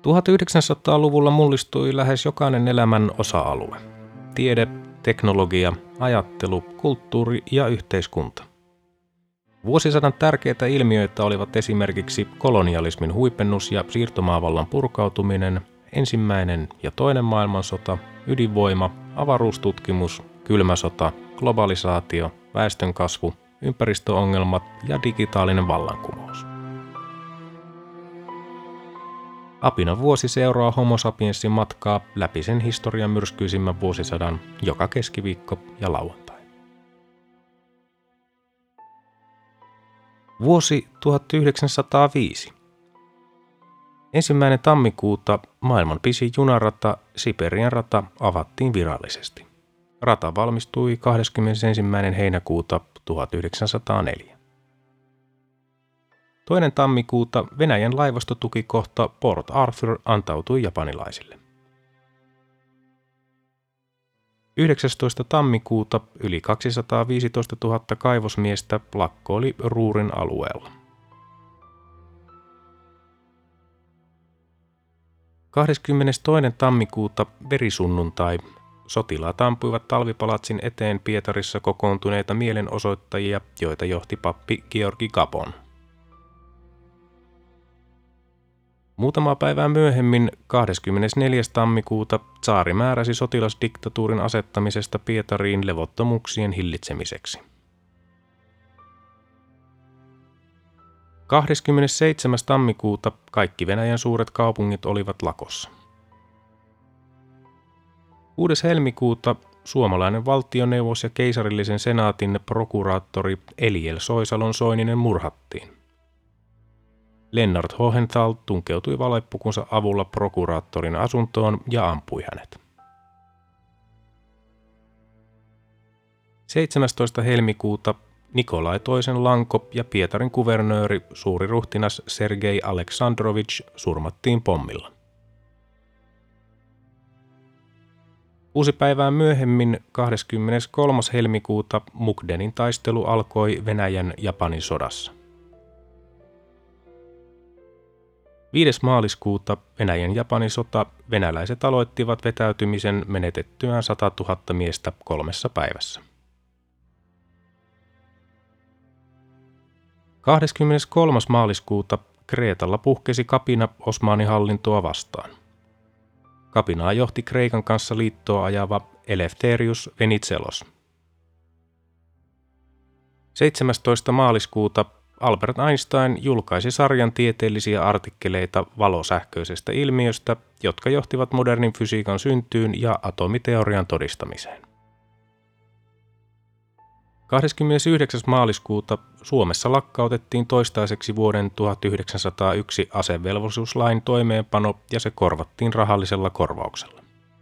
1900-luvulla mullistui lähes jokainen elämän osa-alue. Tiede, teknologia, ajattelu, kulttuuri ja yhteiskunta. Vuosisadan tärkeitä ilmiöitä olivat esimerkiksi kolonialismin huipennus ja siirtomaavallan purkautuminen, ensimmäinen ja toinen maailmansota, ydinvoima, avaruustutkimus, kylmä sota, globalisaatio, väestönkasvu, ympäristöongelmat ja digitaalinen vallankumous. Apinan vuosi seuraa Homo sapiensin matkaa läpi sen historian myrskyisimmän vuosisadan joka keskiviikko ja lauantai. Vuosi 1905. 1. tammikuuta maailman pisin junarata Siperian rata avattiin virallisesti. Rata valmistui 21. heinäkuuta 1904. 2. tammikuuta Venäjän laivastotukikohta Port Arthur antautui japanilaisille. 19. tammikuuta yli 215 000 kaivosmiestä lakkoili Ruurin alueella. 22. tammikuuta verisunnuntai sotilaat ampuivat talvipalatsin eteen Pietarissa kokoontuneita mielenosoittajia, joita johti pappi Georgi Gabon. Muutamaa päivää myöhemmin, 24. tammikuuta, tsaari määräsi sotilasdiktatuurin asettamisesta Pietariin levottomuuksien hillitsemiseksi. 27. tammikuuta kaikki Venäjän suuret kaupungit olivat lakossa. 6. helmikuuta suomalainen valtioneuvos ja keisarillisen senaatin prokuraattori Eliel Soisalon Soininen murhattiin. Lennart Hohenthal tunkeutui valepukunsa avulla prokuraattorin asuntoon ja ampui hänet. 17. helmikuuta Nikolai II Lanko ja Pietarin kuvernööri suuriruhtinas Sergei Aleksandrovich surmattiin pommilla. 6 päivää myöhemmin, 23. helmikuuta, Mukdenin taistelu alkoi Venäjän-Japanin sodassa. 5. maaliskuuta Venäjän-Japanin sota venäläiset aloittivat vetäytymisen menetettyään 100 000 miestä 3 päivässä. 23. maaliskuuta Kreetalla puhkesi kapina Osmaanihallintoa vastaan. Kapinaa johti Kreikan kanssa liittoa ajava Eleftherios Venizelos. 17. maaliskuuta Albert Einstein julkaisi sarjan tieteellisiä artikkeleita valosähköisestä ilmiöstä, jotka johtivat modernin fysiikan syntyyn ja atomiteorian todistamiseen. 29. maaliskuuta Suomessa lakkautettiin toistaiseksi vuoden 1901 asevelvollisuuslain toimeenpano ja se korvattiin rahallisella korvauksella.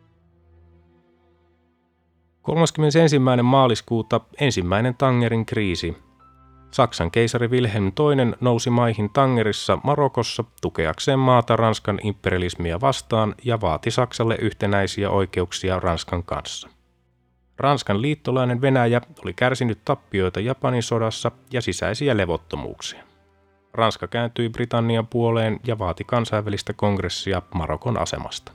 31. maaliskuuta ensimmäinen Tangerin kriisi. Saksan keisari Wilhelm II nousi maihin Tangerissa Marokossa tukeakseen maata Ranskan imperialismia vastaan ja vaati Saksalle yhtenäisiä oikeuksia Ranskan kanssa. Ranskan liittolainen Venäjä oli kärsinyt tappioita Japanin sodassa ja sisäisiä levottomuuksia. Ranska kääntyi Britannian puoleen ja vaati kansainvälistä kongressia Marokon asemasta.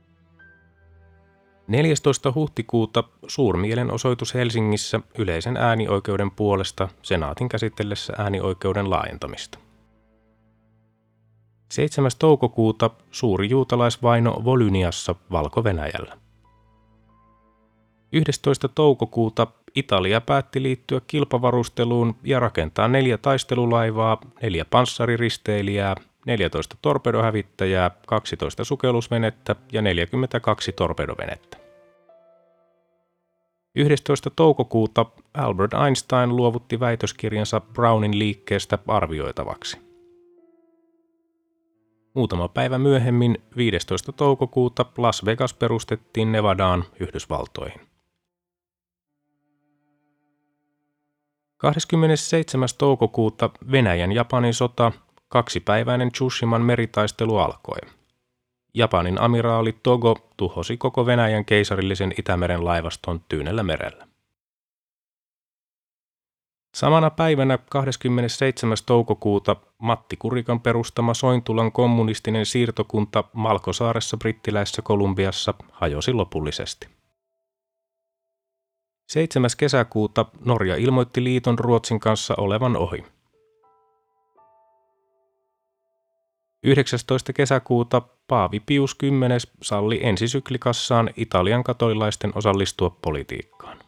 14. huhtikuuta suurmielenosoitus Helsingissä yleisen äänioikeuden puolesta senaatin käsitellessä äänioikeuden laajentamista. 7. toukokuuta suuri juutalaisvaino Volyniassa Valko-Venäjällä. 11. toukokuuta Italia päätti liittyä kilpavarusteluun ja rakentaa 4 taistelulaivaa, 4 panssariristeilijää, 14 torpedohävittäjää, 12 sukellusvenettä ja 42 torpedovenettä. 11. toukokuuta Albert Einstein luovutti väitöskirjansa Brownin liikkeestä arvioitavaksi. Muutama päivä myöhemmin, 15. toukokuuta, Las Vegas perustettiin Nevadaan, Yhdysvaltoihin. 27. toukokuuta Venäjän-Japanin sota, 2-päiväinen Tsushiman meritaistelu alkoi. Japanin amiraali Togo tuhosi koko Venäjän keisarillisen Itämeren laivaston Tyynellä merellä. Samana päivänä 27. toukokuuta Matti Kurikan perustama Sointulan kommunistinen siirtokunta Malkosaaressa brittiläisessä Kolumbiassa hajosi lopullisesti. 7. kesäkuuta Norja ilmoitti liiton Ruotsin kanssa olevan ohi. 19. kesäkuuta Paavi Pius X salli ensisyklikassaan Italian katolilaisten osallistua politiikkaan.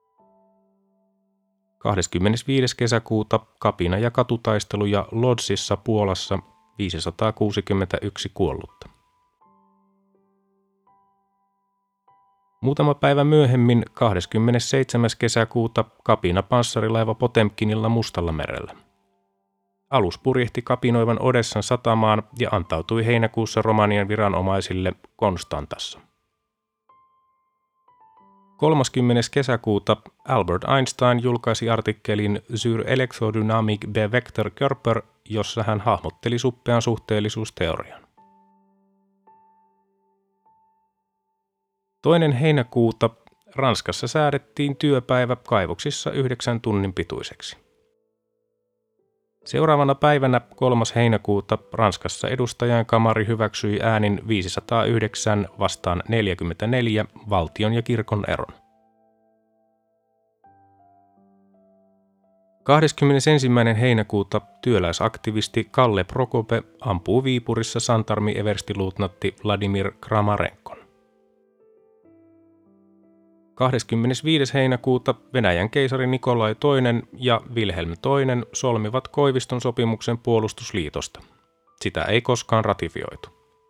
25. kesäkuuta kapina- ja katutaisteluja Lodzissa Puolassa, 561 kuollutta. Muutama päivä myöhemmin 27. kesäkuuta kapina panssarilaiva Potemkinilla Mustallamerellä. Alus purjehti kapinoivan Odessan satamaan ja antautui heinäkuussa Romanian viranomaisille Konstantassa. 30. kesäkuuta Albert Einstein julkaisi artikkelin Sur Elektrodynamik be Vektorkörper, jossa hän hahmotteli suppean suhteellisuusteorian. 2. heinäkuuta Ranskassa säädettiin työpäivä kaivoksissa 9 tunnin pituiseksi. Seuraavana päivänä 3. heinäkuuta Ranskassa edustajainkamari hyväksyi äänin 509 vastaan 44 valtion ja kirkon eron. 21. heinäkuuta työläisaktivisti Kalle Prokope ampuu Viipurissa santarmi-everstiluutnantti Vladimir Kramarenkon. 25. heinäkuuta Venäjän keisari Nikolai II ja Wilhelm II solmivat Koiviston sopimuksen puolustusliitosta. Sitä ei koskaan ratifioitu.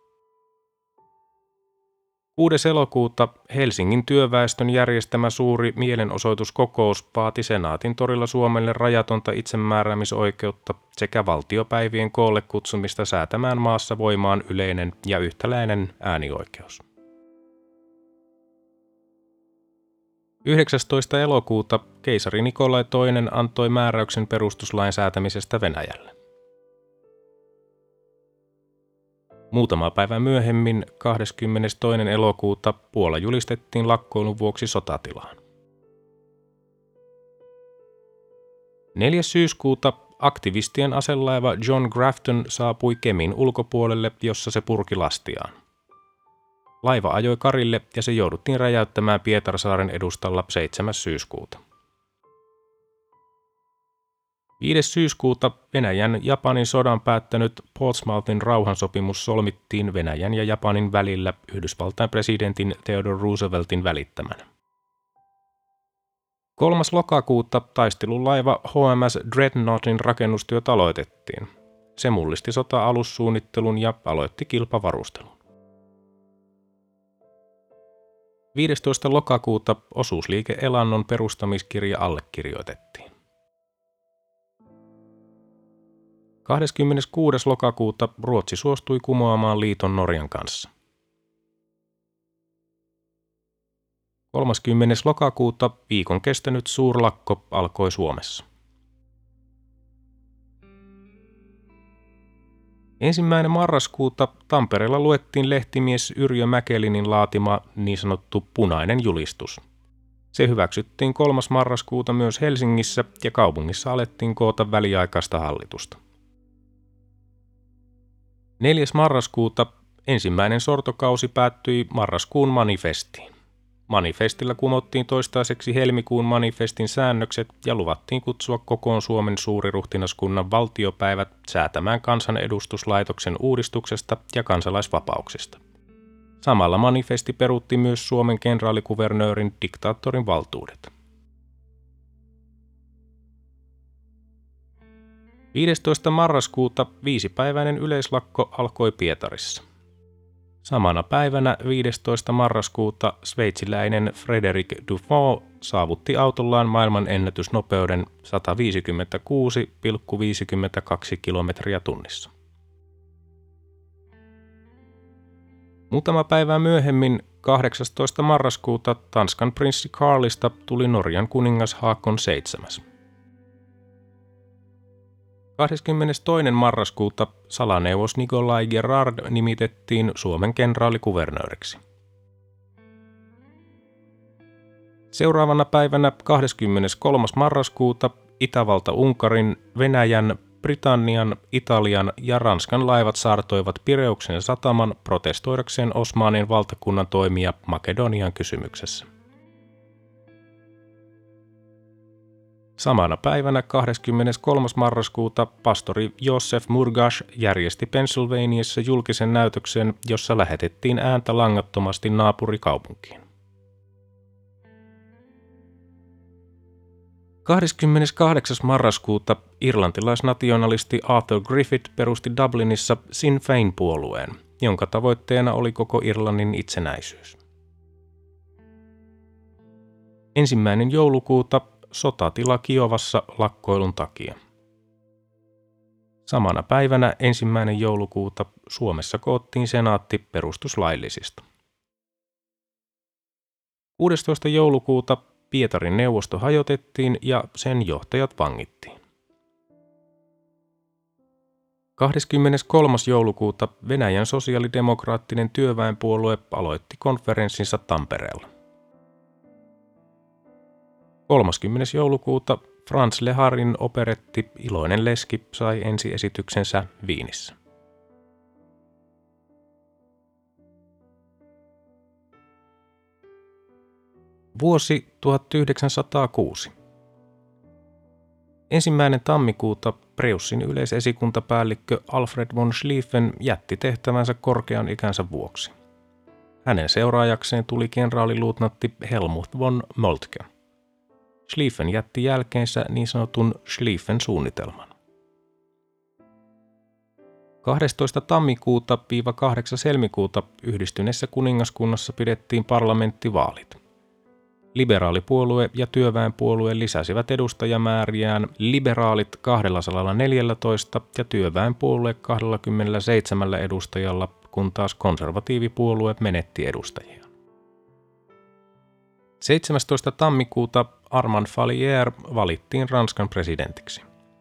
6. elokuuta Helsingin työväestön järjestämä suuri mielenosoituskokous vaati Senaatin torilla Suomelle rajatonta itsemääräämisoikeutta sekä valtiopäivien koolle kutsumista säätämään maassa voimaan yleinen ja yhtäläinen äänioikeus. 19. elokuuta keisari Nikolai II antoi määräyksen perustuslain säätämisestä Venäjälle. Muutama päivä myöhemmin, 22. elokuuta, Puola julistettiin lakkoilun vuoksi sotatilaan. 4. syyskuuta aktivistien aselaiva John Grafton saapui Kemin ulkopuolelle, jossa se purki lastiaan. Laiva ajoi karille ja se jouduttiin räjäyttämään Pietarsaaren edustalla 7. syyskuuta. 5. syyskuuta Venäjän Japanin sodan päättänyt Portsmouthin rauhansopimus solmittiin Venäjän ja Japanin välillä Yhdysvaltain presidentin Theodore Rooseveltin välittämänä. 3. lokakuuta taistelulaiva HMS Dreadnoughtin rakennustyöt aloitettiin. Se mullisti sota-alussuunnittelun ja aloitti kilpavarustelun. 15. lokakuuta osuusliike Elannon perustamiskirja allekirjoitettiin. 26. lokakuuta Ruotsi suostui kumoamaan liiton Norjan kanssa. 30. lokakuuta viikon kestänyt suurlakko alkoi Suomessa. 1. marraskuuta Tampereella luettiin lehtimies Yrjö Mäkelinin laatima niin sanottu punainen julistus. Se hyväksyttiin 3. marraskuuta myös Helsingissä ja kaupungissa alettiin koota väliaikaista hallitusta. 4. marraskuuta ensimmäinen sortokausi päättyi marraskuun manifestiin. Manifestilla kumottiin toistaiseksi helmikuun manifestin säännökset ja luvattiin kutsua kokoon Suomen suuriruhtinaskunnan valtiopäivät säätämään kansanedustuslaitoksen uudistuksesta ja kansalaisvapauksista. Samalla manifesti peruutti myös Suomen kenraalikuvernöörin diktaattorin valtuudet. 15. marraskuuta 5-päiväinen yleislakko alkoi Pietarissa. Samana päivänä 15. marraskuuta sveitsiläinen Frédéric Dufour saavutti autollaan maailman ennätysnopeuden 156,52 kilometriä tunnissa. Muutama päivää myöhemmin, 18. marraskuuta, Tanskan prinssi Karlista tuli Norjan kuningas Haakon VII. 22. marraskuuta salaneuvos Nikolai Gerard nimitettiin Suomen kenraalikuvernööriksi. Seuraavana päivänä 23. marraskuuta Itävalta-Unkarin, Venäjän, Britannian, Italian ja Ranskan laivat saartoivat Pireuksen sataman protestoidakseen Osmanien valtakunnan toimia Makedonian kysymyksessä. Samana päivänä 23. marraskuuta pastori Josef Murgash järjesti Pennsylvaniassa julkisen näytöksen, jossa lähetettiin ääntä langattomasti naapurikaupunkiin. 28. marraskuuta irlantilaisnationalisti Arthur Griffith perusti Dublinissa Sinn Féin-puolueen, jonka tavoitteena oli koko Irlannin itsenäisyys. 1. joulukuuta sotatila Kiovassa lakkoilun takia. Samana päivänä 1. joulukuuta Suomessa koottiin senaatti perustuslaillisista. 16. joulukuuta Pietarin neuvosto hajotettiin ja sen johtajat vangittiin. 23. joulukuuta Venäjän sosiaalidemokraattinen työväenpuolue aloitti konferenssinsa Tampereella. 30. joulukuuta Franz Leharin operetti Iloinen leski sai ensiesityksensä Viinissä. Vuosi 1906. 1. tammikuuta Preussin yleisesikuntapäällikkö Alfred von Schlieffen jätti tehtävänsä korkean ikänsä vuoksi. Hänen seuraajakseen tuli kenraaliluutnantti Helmuth von Moltke. Schlieffen jätti jälkeensä niin sanotun Schlieffen-suunnitelman. 12. tammikuuta–8. helmikuuta Yhdistyneessä kuningaskunnassa pidettiin parlamenttivaalit. Liberaalipuolue ja työväenpuolue lisäsivät edustajamääriään, liberaalit 214 ja työväenpuolue 27 edustajalla, kun taas konservatiivipuolue menetti edustajia. 17. tammikuuta Armand Fallières valittiin Ranskan presidentiksi.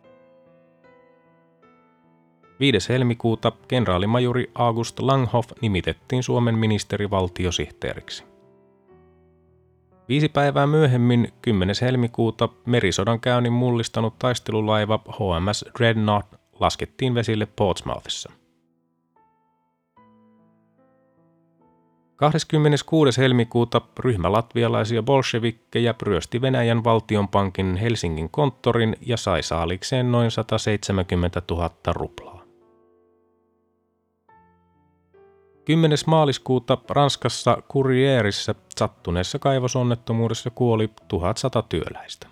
5. helmikuuta kenraalimajuri August Langhoff nimitettiin Suomen ministerivaltiosihteeriksi. 5 päivää myöhemmin, 10. helmikuuta, merisodan käynnin mullistanut taistelulaiva HMS Dreadnought laskettiin vesille Portsmouthissa. 26. helmikuuta ryhmä latvialaisia bolshevikkeja ryösti Venäjän valtionpankin Helsingin konttorin ja sai saalikseen noin 170 000 ruplaa. 10. maaliskuuta Ranskassa Courrières sattuneessa kaivosonnettomuudessa kuoli 1100 työläistä.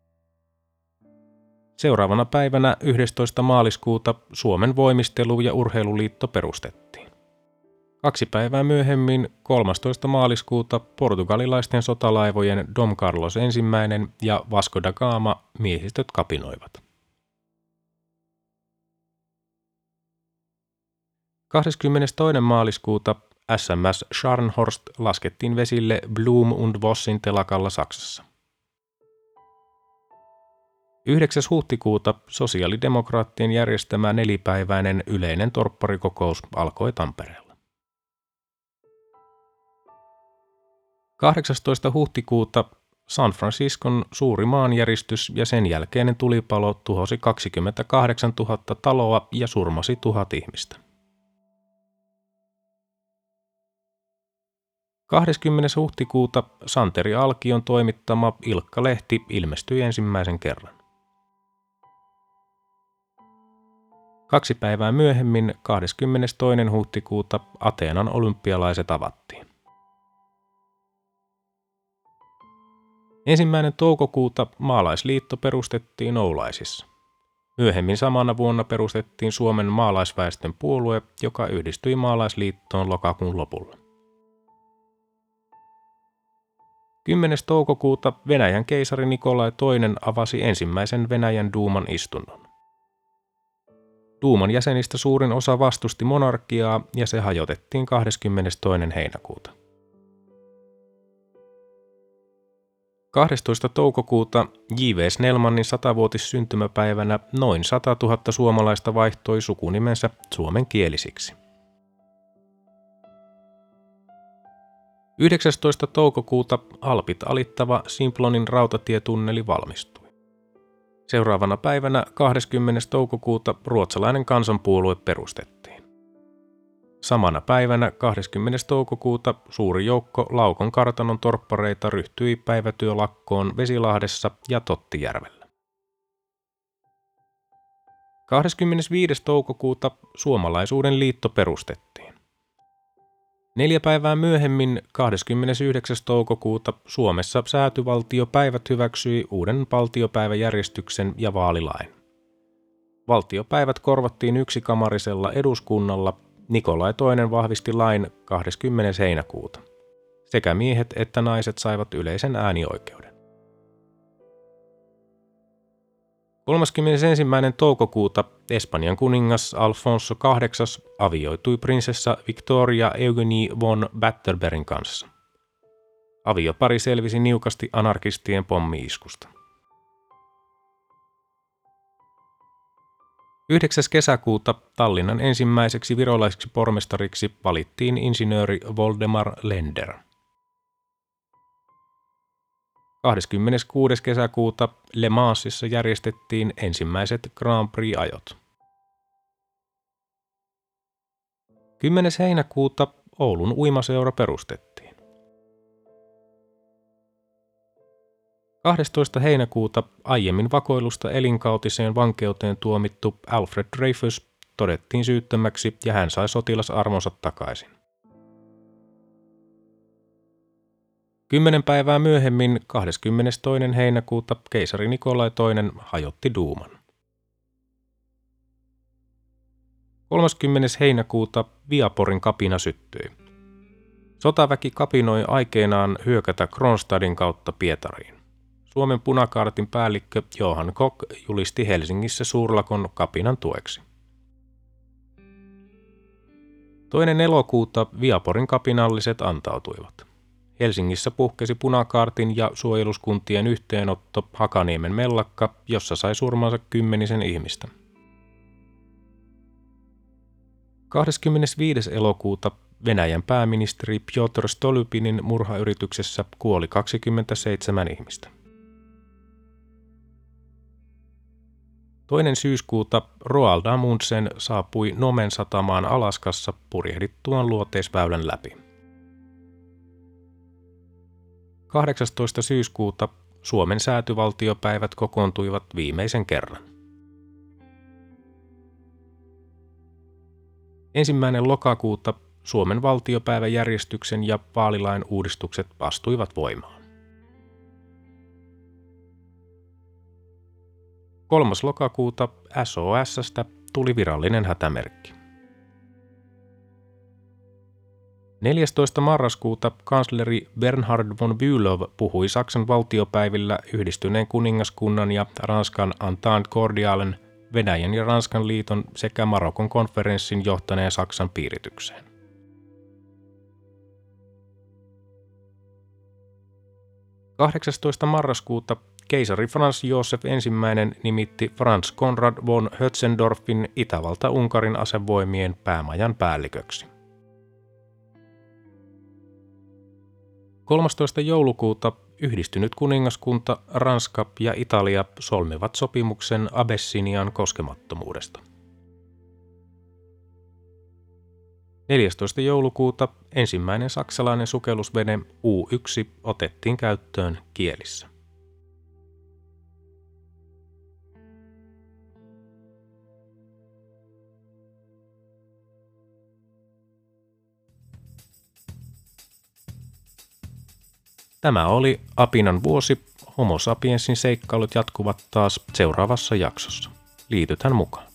Seuraavana päivänä 11. maaliskuuta Suomen voimistelu- ja urheiluliitto perustettiin. 2 päivää myöhemmin 13. maaliskuuta portugalilaisten sotalaivojen Dom Carlos I ja Vasco da Gama miehistöt kapinoivat. 22. maaliskuuta SMS Scharnhorst laskettiin vesille Blum und Vossin telakalla Saksassa. 9. huhtikuuta sosiaalidemokraattien järjestämä 4-päiväinen yleinen torpparikokous alkoi Tampereella. 18. huhtikuuta San Franciscon suuri maanjäristys ja sen jälkeinen tulipalo tuhosi 28 000 taloa ja surmasi 1000 ihmistä. 20. huhtikuuta Santeri Alkion toimittama Ilkka-lehti ilmestyi ensimmäisen kerran. 2 päivää myöhemmin, 22. huhtikuuta, Ateenan olympialaiset avattiin. 1. toukokuuta maalaisliitto perustettiin Oulaisissa. Myöhemmin samana vuonna perustettiin Suomen maalaisväestön puolue, joka yhdistyi maalaisliittoon lokakuun lopulla. 10. toukokuuta Venäjän keisari Nikolai II avasi ensimmäisen Venäjän duuman istunnon. Duuman jäsenistä suurin osa vastusti monarkiaa ja se hajotettiin 22. heinäkuuta. 12. toukokuuta J.V. Snellmanin 100-vuotissyntymäpäivänä noin 100 000 suomalaista vaihtoi sukunimensä suomenkielisiksi. 19. toukokuuta Alpit alittava Simplonin rautatietunneli valmistui. Seuraavana päivänä 20. toukokuuta ruotsalainen kansanpuolue perustettiin. Samana päivänä 20. toukokuuta suuri joukko Laukon kartanon torppareita ryhtyi päivätyölakkoon Vesilahdessa ja Tottijärvellä. 25. toukokuuta Suomalaisuuden liitto perustettiin. 4 päivää myöhemmin, 29. toukokuuta, Suomessa säätyvaltiopäivät hyväksyi uuden valtiopäiväjärjestyksen ja vaalilain. Valtiopäivät korvattiin ysikamarisella eduskunnalla. Nikolai II vahvisti lain 20. heinäkuuta. Sekä miehet että naiset saivat yleisen äänioikeuden. 31. toukokuuta Espanjan kuningas Alfonso VIII avioitui prinsessa Victoria Eugenie von Battenbergin kanssa. Aviopari selvisi niukasti anarkistien pommi-iskusta. 9. kesäkuuta Tallinnan ensimmäiseksi virolaiseksi pormestariksi valittiin insinööri Voldemar Lender. 26. kesäkuuta Le Mansissa järjestettiin ensimmäiset Grand Prix-ajot. 10. heinäkuuta Oulun uimaseura perustettiin. 12. heinäkuuta aiemmin vakoilusta elinkautiseen vankeuteen tuomittu Alfred Dreyfus todettiin syyttömäksi ja hän sai sotilasarvonsa takaisin. 10 päivää myöhemmin, 22. heinäkuuta, keisari Nikolai II hajotti duuman. 30. heinäkuuta Viaporin kapina syttyi. Sotaväki kapinoi aikeinaan hyökätä Kronstadin kautta Pietariin. Suomen punakaartin päällikkö Johan Kock julisti Helsingissä suurlakon kapinan tueksi. 2. elokuuta Viaporin kapinalliset antautuivat. Helsingissä puhkesi punakaartin ja suojeluskuntien yhteenotto Hakaniemen mellakka, jossa sai surmansa 10 ihmistä. 25. elokuuta Venäjän pääministeri Pjotr Stolypinin murhayrityksessä kuoli 27 ihmistä. 2. syyskuuta Roald Amundsen saapui Nomen satamaan Alaskassa purjehdittuaan luoteisväylän läpi. 18. syyskuuta Suomen säätyvaltiopäivät kokoontuivat viimeisen kerran. 1. lokakuuta Suomen valtiopäiväjärjestyksen ja vaalilain uudistukset astuivat voimaan. 3. lokakuuta SOS:stä tuli virallinen hätämerkki. 14. marraskuuta kansleri Bernhard von Bülow puhui Saksan valtiopäivillä Yhdistyneen kuningaskunnan ja Ranskan Entente Cordialen, Venäjän ja Ranskan liiton sekä Marokon konferenssin johtaneen Saksan piiritykseen. 18. marraskuuta keisari Franz Josef I nimitti Franz Konrad von Hötzendorfin Itävalta-Unkarin asevoimien päämajan päälliköksi. 13. joulukuuta Yhdistynyt kuningaskunta, Ranska ja Italia solmivat sopimuksen Abessinian koskemattomuudesta. 14. joulukuuta ensimmäinen saksalainen sukellusvene U1 otettiin käyttöön Kielissä. Tämä oli Apinan vuosi. Homo sapiensin seikkailut jatkuvat taas seuraavassa jaksossa. Liitytään mukaan.